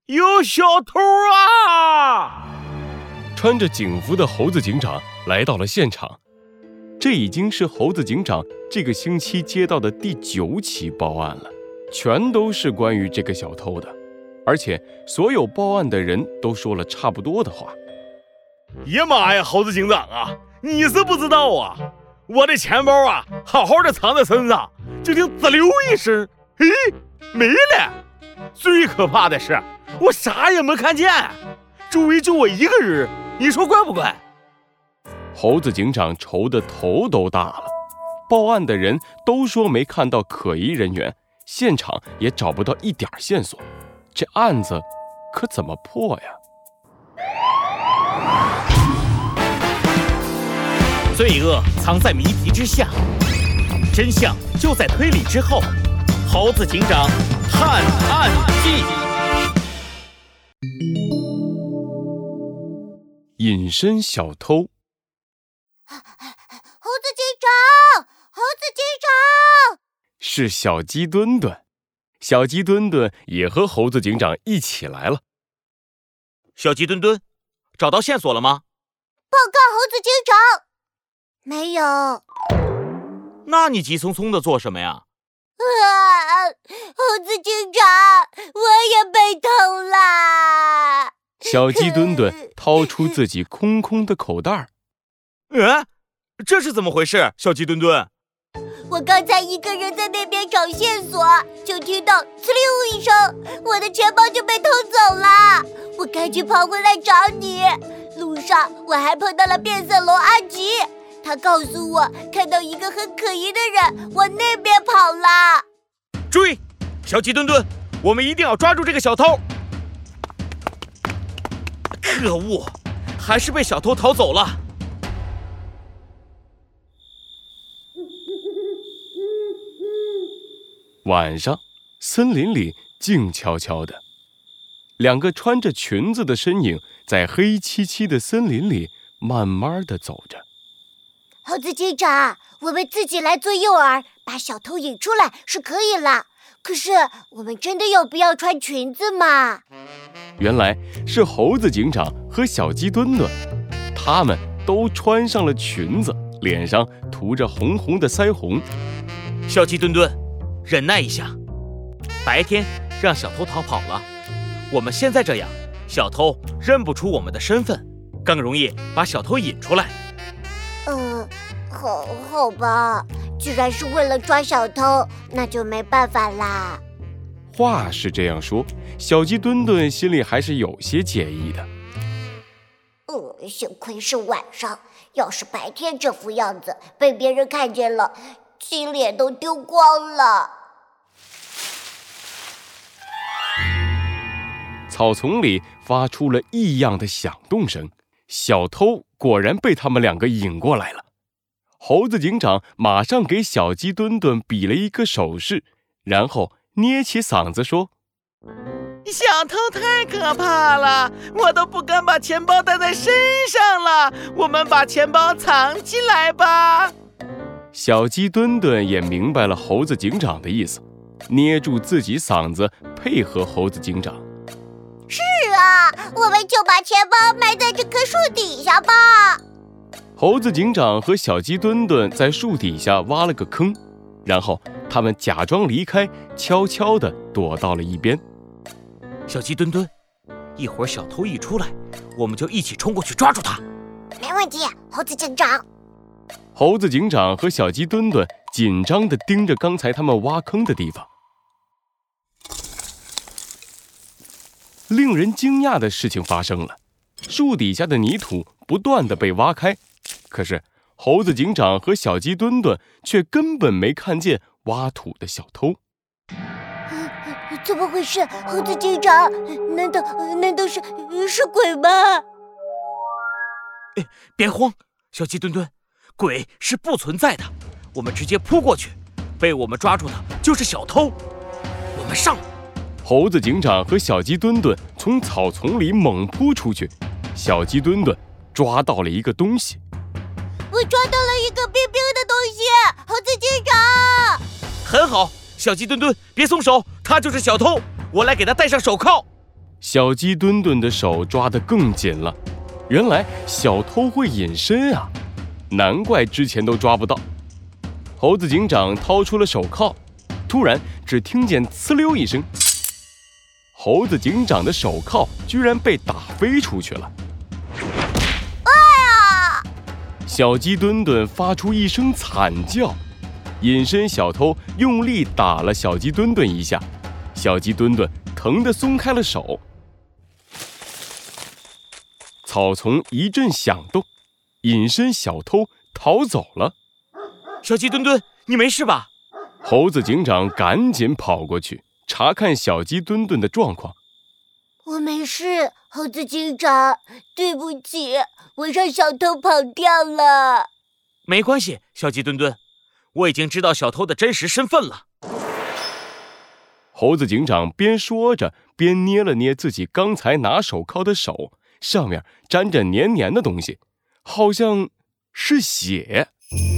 有小偷啊！ 穿着警服的猴子警长来到了现场。这已经是猴子警长这个星期接到的第9起报案了，全都是关于这个小偷的，而且所有报案的人都说了差不多的话。 呀妈呀，猴子警长啊，你是不知道啊，我的钱包啊，好好的藏在身上，就听滋溜一声，没了。最可怕的是，我啥也没看见，周围就我一个人，你说怪不怪？ 猴子警长愁得头都大了，报案的人都说没看到可疑人员，现场也找不到一点线索，这案子可怎么破呀？ 罪恶藏在谜题之下，真相就在推理之后。猴子警长探案记。 隐身小偷。 猴子警长，猴子警长， 是小鸡墩墩。小鸡墩墩也和猴子警长一起来了。 小鸡墩墩，找到线索了吗？ 报告猴子警长，没有。 那你急匆匆的做什么呀？ 猴子警长，我也被偷了。 小鸡墩墩掏出自己空空的口袋。 这是怎么回事？小鸡墩墩， 我刚才一个人在那边找线索，就听到呲溜一声，我的钱包就被偷走了。我赶紧跑回来找你，路上我还碰到了变色龙阿吉，他告诉我看到一个很可疑的人往那边跑了。 追！小鸡墩墩，我们一定要抓住这个小偷。可恶，还是被小偷逃走了。 晚上，森林里静悄悄的，两个穿着裙子的身影在黑漆漆的森林里慢慢地走着。 猴子警长，我们自己来做诱饵，把小偷引出来是可以了。可是我们真的有必要穿裙子吗？ 原来是猴子警长和小鸡墩墩，他们都穿上了裙子，脸上涂着红红的腮红。 小鸡墩墩，忍耐一下，白天让小偷逃跑了，我们现在这样，小偷认不出我们的身份，更容易把小偷引出来。 好吧，既然是为了抓小偷，那就没办法啦。 话是这样说，小鸡墩墩心里还是有些介意的。 幸亏是晚上，要是白天这副样子被别人看见了，金脸都丢光了。 草丛里发出了异样的响动声，小偷果然被他们两个引过来了。猴子警长马上给小鸡墩墩比了一个手势，然后捏起嗓子说： 小偷太可怕了，我都不敢把钱包带在身上了，我们把钱包藏起来吧。 小鸡墩墩也明白了猴子警长的意思，捏住自己嗓子配合猴子警长。 是啊，我们就把钱包埋在这棵树底下吧。 猴子警长和小鸡墩墩在树底下挖了个坑，然后他们假装离开，悄悄地躲到了一边。 小鸡墩墩，一会儿小偷一出来，我们就一起冲过去抓住他。 没问题，猴子警长。 猴子警长和小鸡墩墩紧张地盯着刚才他们挖坑的地方。令人惊讶的事情发生了，树底下的泥土不断地被挖开，可是猴子警长和小鸡墩墩却根本没看见挖土的小偷。 怎么回事？猴子警长，难道是鬼吗？ 别慌，小鸡墩墩，鬼是不存在的，我们直接扑过去，被我们抓住的就是小偷。我们上！ 猴子警长和小鸡墩墩从草丛里猛扑出去，小鸡墩墩抓到了一个东西。 我抓到了一个冰冰的东西，猴子警长。 很好，小鸡墩墩，别松手，他就是小偷，我来给他戴上手铐。 小鸡墩墩的手抓得更紧了。原来小偷会隐身啊，难怪之前都抓不到。猴子警长掏出了手铐，突然只听见呲溜一声，猴子警长的手铐居然被打飞出去了。小鸡墩墩发出一声惨叫，隐身小偷用力打了小鸡墩墩一下，小鸡墩墩疼得松开了手。草丛一阵响动，隐身小偷逃走了。 小鸡墩墩，你没事吧？ 猴子警长赶紧跑过去查看小鸡墩墩的状况。 我没事，猴子警长，对不起，我让小偷跑掉了。 没关系，小鸡墩墩，我已经知道小偷的真实身份了。 猴子警长边说着边捏了捏自己刚才拿手铐的手，上面沾着黏黏的东西，好像是血。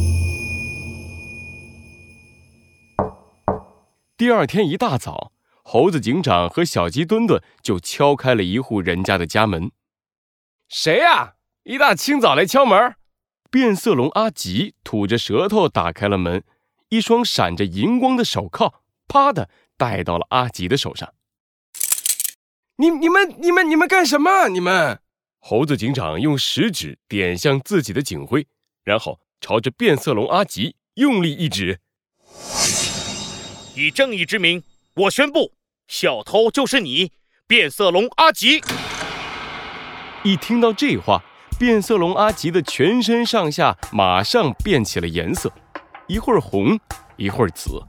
第二天一大早，猴子警长和小鸡墩墩就敲开了一户人家的家门。谁呀？一大清早来敲门？变色龙阿吉吐着舌头打开了门，一双闪着银光的手铐啪的戴到了阿吉的手上。你们干什么？你们！猴子警长用食指点向自己的警徽，然后朝着变色龙阿吉用力一指。 以正义之名，我宣布，小偷就是你，变色龙阿吉。 一听到这话，变色龙阿吉的全身上下马上变起了颜色，一会儿红，一会儿紫。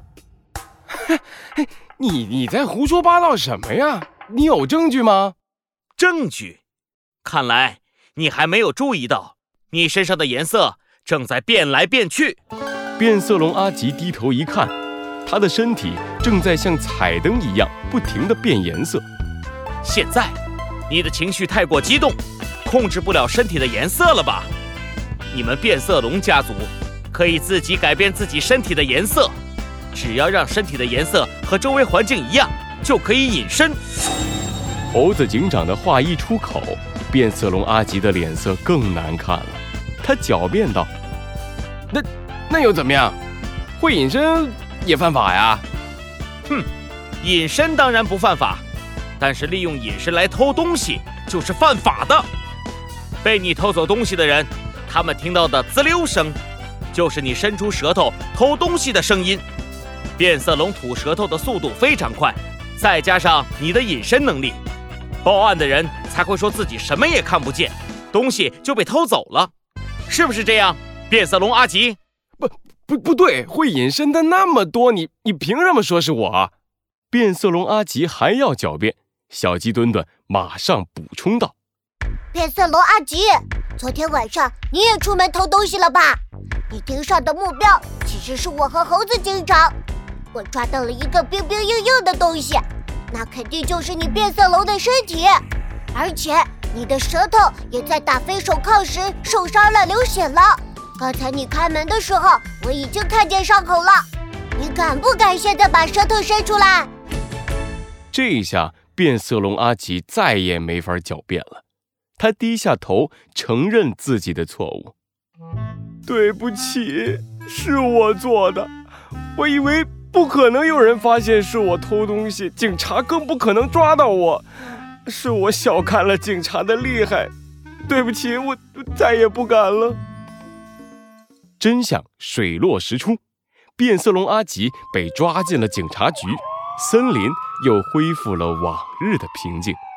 你在胡说八道什么呀？你有证据吗？ 证据？看来你还没有注意到，你身上的颜色正在变来变去。 变色龙阿吉低头一看，他的身体正在像彩灯一样不停地变颜色。 现在你的情绪太过激动，控制不了身体的颜色了吧？你们变色龙家族可以自己改变自己身体的颜色，只要让身体的颜色和周围环境一样，就可以隐身。 猴子警长的话一出口，变色龙阿吉的脸色更难看了。他狡辩道：那又怎么样？会隐身也犯法呀？ 哼，隐身当然不犯法，但是利用隐身来偷东西就是犯法的。被你偷走东西的人，他们听到的滋溜声，就是你伸出舌头偷东西的声音。变色龙吐舌头的速度非常快，再加上你的隐身能力，报案的人才会说自己什么也看不见，东西就被偷走了，是不是这样？变色龙阿吉？ 不对，会隐身的那么多，你凭什么说是我？变色龙阿吉还要狡辩，小鸡墩墩马上补充道： 变色龙阿吉，昨天晚上你也出门偷东西了吧？你盯上的目标其实是我和猴子警长。我抓到了一个冰冰硬硬的东西，那肯定就是你变色龙的身体，而且你的舌头也在打飞手铐时受伤了，流血了。刚才你开门的时候，我已经看见伤口了。你敢不敢现在把舌头伸出来？ 这一下，变色龙阿吉再也没法狡辩了。他低下头承认自己的错误。对不起，是我做的。我以为不可能有人发现是我偷东西，警察更不可能抓到我。是我小看了警察的厉害。对不起，我再也不敢了。真相水落石出，变色龙阿吉被抓进了警察局，森林又恢复了往日的平静。